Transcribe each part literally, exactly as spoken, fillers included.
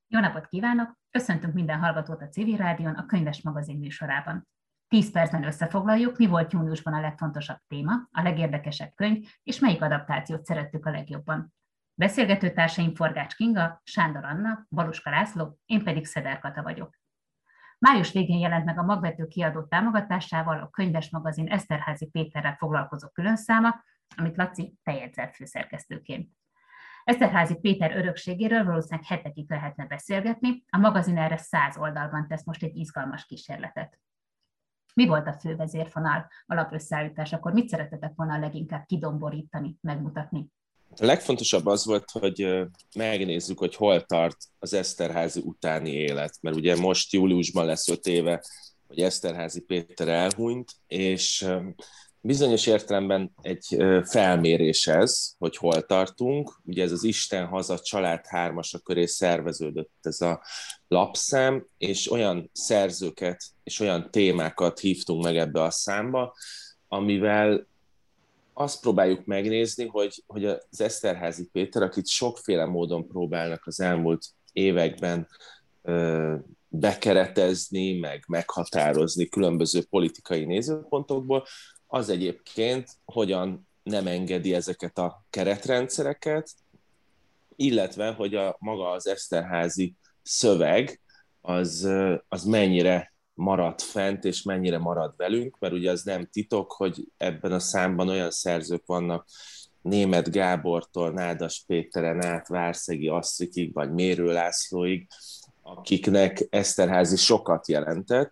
Jó napot kívánok! Köszöntünk minden hallgatót a Civil Rádión, a Könyves Magazin műsorában. Tíz percben összefoglaljuk, mi volt júniusban a legfontosabb téma, a legérdekesebb könyv, és melyik adaptációt szerettük a legjobban. Beszélgető társaim Forgács Kinga, Sándor Anna, Baluska László, én pedig Szeder Kata vagyok. Május végén jelent meg a Magvető kiadó támogatásával a Könyves Magazin Eszterházy Péterrel foglalkozó különszáma, amit Laci te jegyzelt főszerkesztőként. Eszterházy Péter örökségéről valószínűleg hetekig lehetne beszélgetni, a magazin erre száz oldalban tesz most egy izgalmas kísérletet. Mi volt a fő vezérfonal a lapösszeállításakor? Mit szeretetek volna leginkább kidomborítani, megmutatni? A legfontosabb az volt, hogy megnézzük, hogy hol tart az Eszterházy utáni élet, mert ugye most júliusban lesz öt éve, hogy Eszterházy Péter elhunyt, és bizonyos értelemben egy felmérés ez, hogy hol tartunk. Ugye ez az Isten haza család hármasa köré szerveződött ez a lapszám, és olyan szerzőket és olyan témákat hívtunk meg ebbe a számba, amivel azt próbáljuk megnézni, hogy, hogy az Eszterházy Péter, akit sokféle módon próbálnak az elmúlt években ö, bekeretezni, meg meghatározni különböző politikai nézőpontokból, az egyébként hogyan nem engedi ezeket a keretrendszereket, illetve hogy a maga az Eszterházy szöveg az, az mennyire marad fent, és mennyire marad velünk, mert ugye az nem titok, hogy ebben a számban olyan szerzők vannak, Németh Gábortól, Nádas Péteren át, Várszegi Asztrikig, vagy Mérő Lászlóig, akiknek Eszterházy sokat jelentett,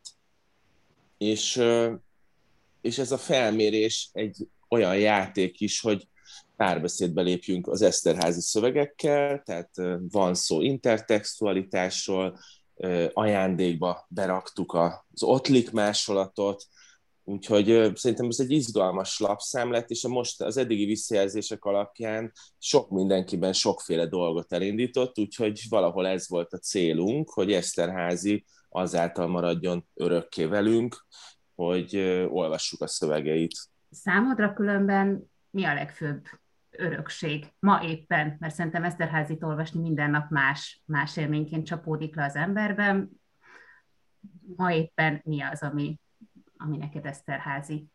és, és ez a felmérés egy olyan játék is, hogy párbeszédbe lépjünk az Eszterházy szövegekkel, tehát van szó intertextualitásról, ajándékba beraktuk az Ottlik másolatot, úgyhogy szerintem ez egy izgalmas lapszám lett, és a most az eddigi visszajelzések alapján sok mindenkiben sokféle dolgot elindított, úgyhogy valahol ez volt a célunk, hogy Eszterházy azáltal maradjon örökké velünk, hogy olvassuk a szövegeit. Számodra különben mi a legfőbb örökség ma éppen, mert szerintem Eszterházit olvasni minden nap más, más élményként csapódik le az emberben. Ma éppen mi az, ami, ami neked Eszterházy?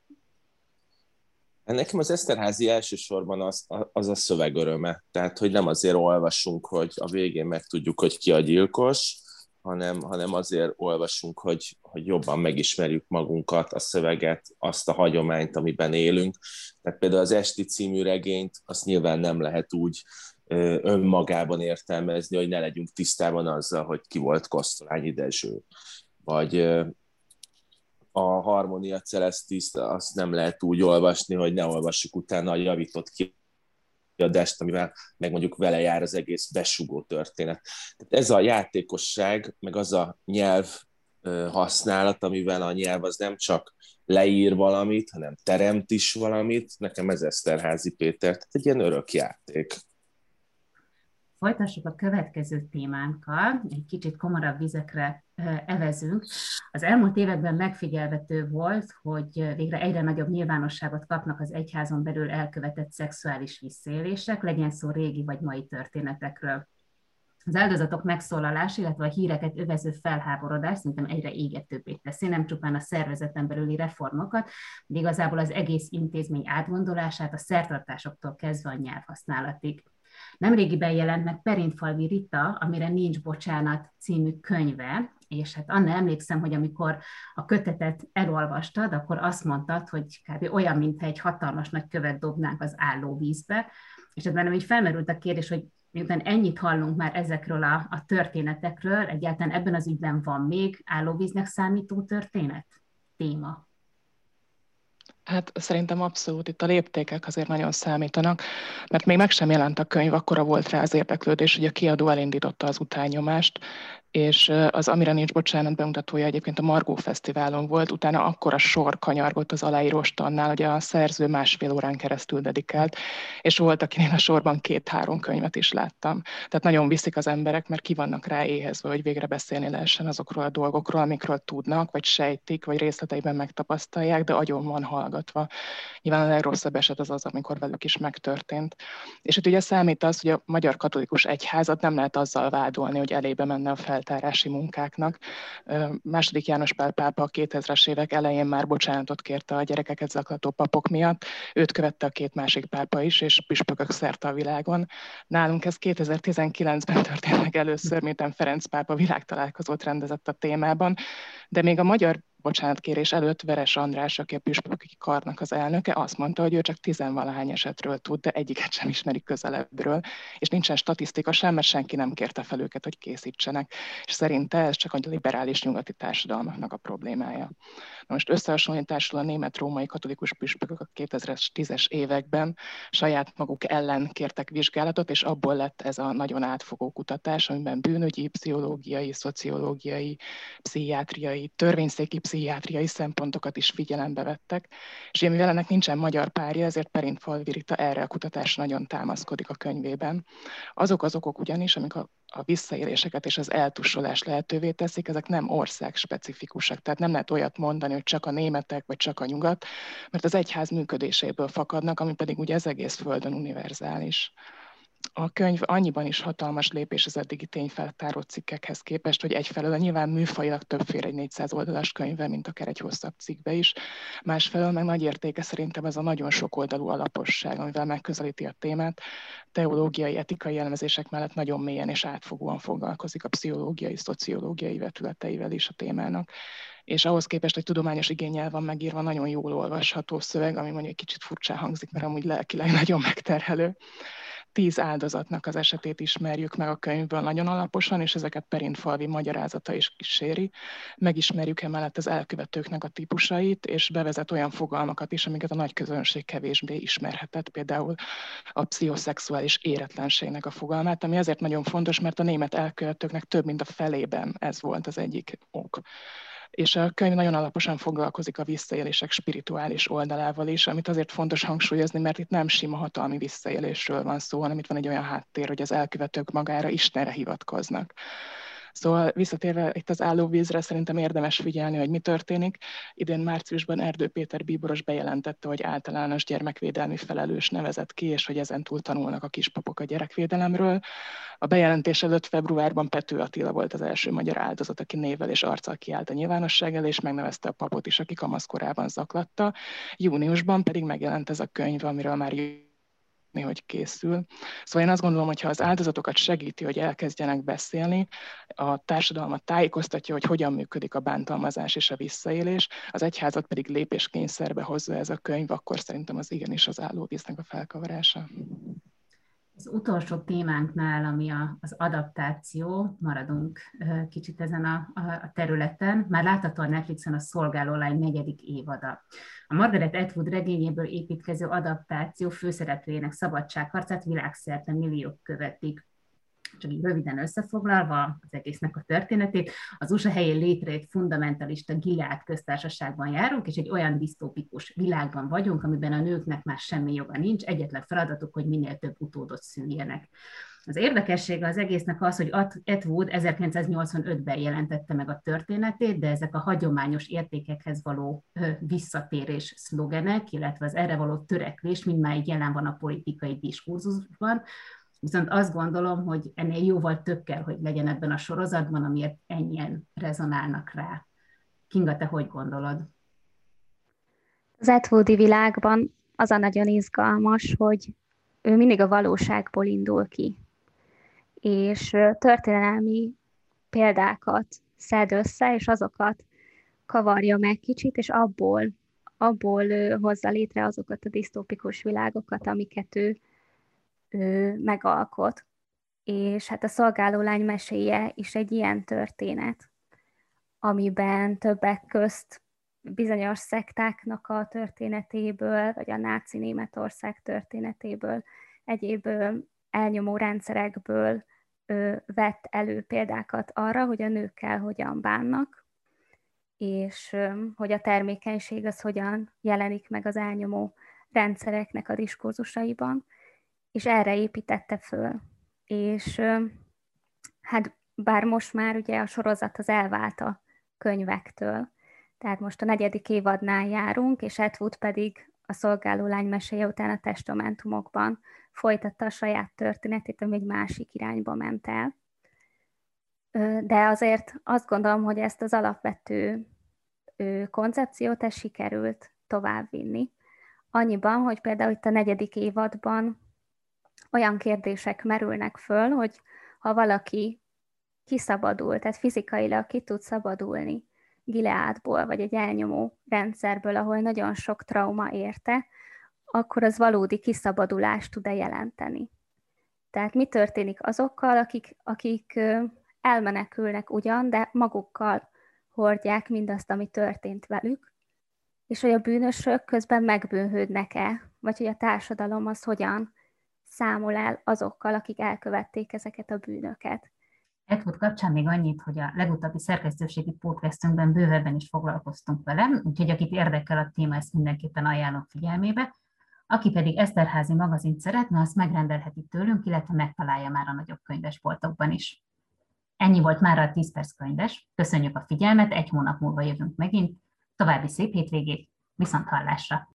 Nekem az Eszterházy elsősorban az, az a szöveg öröme. Tehát, hogy nem azért olvasunk, hogy a végén megtudjuk, hogy ki a gyilkos, hanem, hanem azért olvasunk, hogy, hogy jobban megismerjük magunkat, a szöveget, azt a hagyományt, amiben élünk. Tehát például az Esti című regényt azt nyilván nem lehet úgy ö, önmagában értelmezni, hogy ne legyünk tisztában azzal, hogy ki volt Kosztolányi Dezső. Vagy ö, a Harmonia Celestis azt nem lehet úgy olvasni, hogy ne olvassuk utána a javított ki adást, amivel meg mondjuk vele jár az egész besugó történet. Tehát ez a játékosság, meg az a nyelv használat, amivel a nyelv az nem csak leír valamit, hanem teremt is valamit, nekem ez Eszterházy Péter, tehát egy ilyen örök játék. Folytassuk a következő témánkkal, egy kicsit komorabb vizekre evezünk. Az elmúlt években megfigyelhető volt, hogy végre egyre nagyobb nyilvánosságot kapnak az egyházon belül elkövetett szexuális visszaélések, legyen szó régi vagy mai történetekről. Az áldozatok megszólalása, illetve a híreket övező felháborodás szerintem egyre égetőbbé teszi, nem csupán a szervezeten belüli reformokat, de igazából az egész intézmény átgondolását a szertartásoktól kezdve a nyelvhasználatig. Nemrégiben jelent meg Perintfalvi Rita, amire Nincs bocsánat című könyve, és hát Anna, emlékszem, hogy amikor a kötetet elolvastad, akkor azt mondtad, hogy kb. Olyan, mintha egy hatalmas nagy követ dobnánk az állóvízbe, és ez bennem így felmerült a kérdés, hogy miután ennyit hallunk már ezekről a, a történetekről, egyáltalán ebben az ügyben van még állóvíznek számító történet? Téma. Hát szerintem abszolút itt a léptékek azért nagyon számítanak, mert még meg sem jelent a könyv, akkora volt rá az érdeklődés, hogy a kiadó elindította az utányomást, és az Amire nincs bocsánat bemutatója egyébként a Margó Fesztiválon volt, utána akkora sor kanyargott az aláíróstannál, hogy a szerző másfél órán keresztül dedikált, és volt, akinél a sorban két-három könyvet is láttam. Tehát nagyon viszik az emberek, mert ki vannak rá éhezve, hogy végre beszélni lehessen azokról a dolgokról, amikről tudnak, vagy sejtik, vagy részleteiben megtapasztalják, de agyon van hallgatva. Nyilván a legrosszabb eset az az, amikor velük is megtörtént. És itt ugye számít az, hogy a Magyar Katolikus Egyházat nem lehet azzal vádolni, hogy elébe menne a feltárási munkáknak. Második János Pál pápa a kétezres évek elején már bocsánatot kérte a gyerekeket zaklató papok miatt. Őt követte a két másik pápa is, és püspökök szerte a világon. Nálunk ez kétezer-tizenkilencben történt meg először, miután Ferenc pápa világtalálkozót rendezett a témában, de még a magyar bocsánatkérés előtt Veres András, aki a püspöki karnak az elnöke, azt mondta, hogy ő csak tizenvalahány esetről tud, de egyiket sem ismerik közelebbről, és nincsen statisztika sem, mert senki nem kérte fel őket, hogy készítsenek. És szerinte ez csak a liberális nyugati társadalmaknak a problémája. Na most összehasonlításul a német-római katolikus püspökök a kétezer-tízes években saját maguk ellen kértek vizsgálatot, és abból lett ez a nagyon átfogó kutatás, amiben bűnügyi, pszichológiai, szociológiai, pszichiátriai, törvényszéki pszichiátriai szempontokat is figyelembe vettek, és mivel ennek nincsen magyar párja, ezért Perintfalvi Rita erre a kutatásra nagyon támaszkodik a könyvében. Azok az okok ugyanis, amik a, a visszaéléseket és az eltussolást lehetővé teszik, ezek nem országspecifikusak, tehát nem lehet olyat mondani, hogy csak a németek, vagy csak a nyugat, mert az egyház működéséből fakadnak, ami pedig ugye az egész földön univerzális. A könyv annyiban is hatalmas lépés az eddigi tényfeltáró cikkekhez képest, hogy egyfelől nyilván műfajilag többféle egy négyszáz oldalas könyve, mint akár egy hosszabb cikkbe is. Másfelől meg nagy értéke szerintem ez a nagyon sokoldalú alaposság, amivel megközelíti a témát. Teológiai, etikai elemzések mellett nagyon mélyen és átfogóan foglalkozik a pszichológiai, szociológiai vetületeivel is a témának. És ahhoz képest, hogy tudományos igénnyel van megírva, nagyon jól olvasható szöveg, ami mondjuk egy kicsit furcsán hangzik, mert amúgy lelkileg nagyon megterhelő. Tíz áldozatnak az esetét ismerjük meg a könyvből nagyon alaposan, és ezeket Perintfalvi magyarázata is kíséri. Megismerjük emellett az elkövetőknek a típusait, és bevezet olyan fogalmakat is, amiket a nagy közönség kevésbé ismerhetett, például a pszichoszexuális éretlenségnek a fogalmát, ami azért nagyon fontos, mert a német elkövetőknek több mint a felében ez volt az egyik ok. És a könyv nagyon alaposan foglalkozik a visszaélések spirituális oldalával is, amit azért fontos hangsúlyozni, mert itt nem sima hatalmi visszaélésről van szó, hanem itt van egy olyan háttér, hogy az elkövetők magára Istenre hivatkoznak. Szóval visszatérve itt az állóvízre, szerintem érdemes figyelni, hogy mi történik. Idén márciusban Erdő Péter bíboros bejelentette, hogy általános gyermekvédelmi felelős nevezett ki, és hogy ezentúl tanulnak a kispapok a gyerekvédelemről. A bejelentés előtt februárban Pető Attila volt az első magyar áldozat, aki névvel és arccal kiállt a nyilvánosság elé, és megnevezte a papot is, aki kamaszkorában zaklatta. Júniusban pedig megjelent ez a könyv, amiről már hogy készül. Szóval én azt gondolom, hogy ha az áldozatokat segíti, hogy elkezdjenek beszélni, a társadalmat tájékoztatja, hogy hogyan működik a bántalmazás és a visszaélés, az egyházat pedig lépéskényszerbe hozza ez a könyv, akkor szerintem az igenis az állóvíznek a felkavarása. Az utolsó témánknál, ami a, az adaptáció, maradunk kicsit ezen a, a területen. Már látható a Netflixen a Szolgáló lány negyedik évada. A Margaret Atwood regényéből építkező adaptáció főszereplőjének szabadságharcát világszerte milliók követik. Csak így röviden összefoglalva az egésznek a történetét, az u es á helyén létrejött fundamentalista Gilead köztársaságban járunk, és egy olyan disztópikus világban vagyunk, amiben a nőknek már semmi joga nincs, egyetlen feladatuk, hogy minél több utódot szüljenek. Az érdekessége az egésznek az, hogy Atwood ezerkilencszáznyolcvanötben jelentette meg a történetét, de ezek a hagyományos értékekhez való visszatérés szlogenek, illetve az erre való törekvés mindmáig jelen van a politikai diskurzusban. Viszont azt gondolom, hogy ennél jóval több kell, hogy legyen ebben a sorozatban, amiért ennyien rezonálnak rá. Kinga, te hogy gondolod? Az Atwoodi világban az a nagyon izgalmas, hogy ő mindig a valóságból indul ki, és történelmi példákat szed össze, és azokat kavarja meg kicsit, és abból, abból hozza létre azokat a disztópikus világokat, amiket ő ő megalkot. És hát a Szolgáló lány meséje is egy ilyen történet, amiben többek közt bizonyos szektáknak a történetéből, vagy a náci Németország történetéből, egyéb elnyomó rendszerekből vett elő példákat arra, hogy a nőkkel hogyan bánnak, és hogy a termékenység az hogyan jelenik meg az elnyomó rendszereknek a diskurzusaiban, és erre építette föl. És hát bár most már ugye a sorozat az elvált a könyvektől, tehát most a negyedik évadnál járunk, és Atwood pedig a szolgáló lány meséje után a testamentumokban folytatta a saját történetét, ami egy másik irányba ment el. De azért azt gondolom, hogy ezt az alapvető koncepciót ez sikerült továbbvinni. Annyiban, hogy például itt a negyedik évadban olyan kérdések merülnek föl, hogy ha valaki kiszabadul, tehát fizikailag ki tud szabadulni Gileádból, vagy egy elnyomó rendszerből, ahol nagyon sok trauma érte, akkor az valódi kiszabadulást tud-e jelenteni. Tehát mi történik azokkal, akik, akik elmenekülnek ugyan, de magukkal hordják mindazt, ami történt velük, és hogy a bűnösök közben megbűnhődnek-e, vagy hogy a társadalom az hogyan számol el azokkal, akik elkövették ezeket a bűnöket. Atwood kapcsán még annyit, hogy a legutóbbi szerkesztőségi podcastünkben bővebben is foglalkoztunk vele, úgyhogy akit érdekel a téma, ezt mindenképpen ajánlom figyelmébe. Aki pedig Eszterházy magazint szeretne, azt megrendelheti tőlünk, illetve megtalálja már a nagyobb könyvesboltokban is. Ennyi volt már a tíz perc könyves. Köszönjük a figyelmet, egy hónap múlva jövünk megint. További szép hétvégét, viszont hallásra!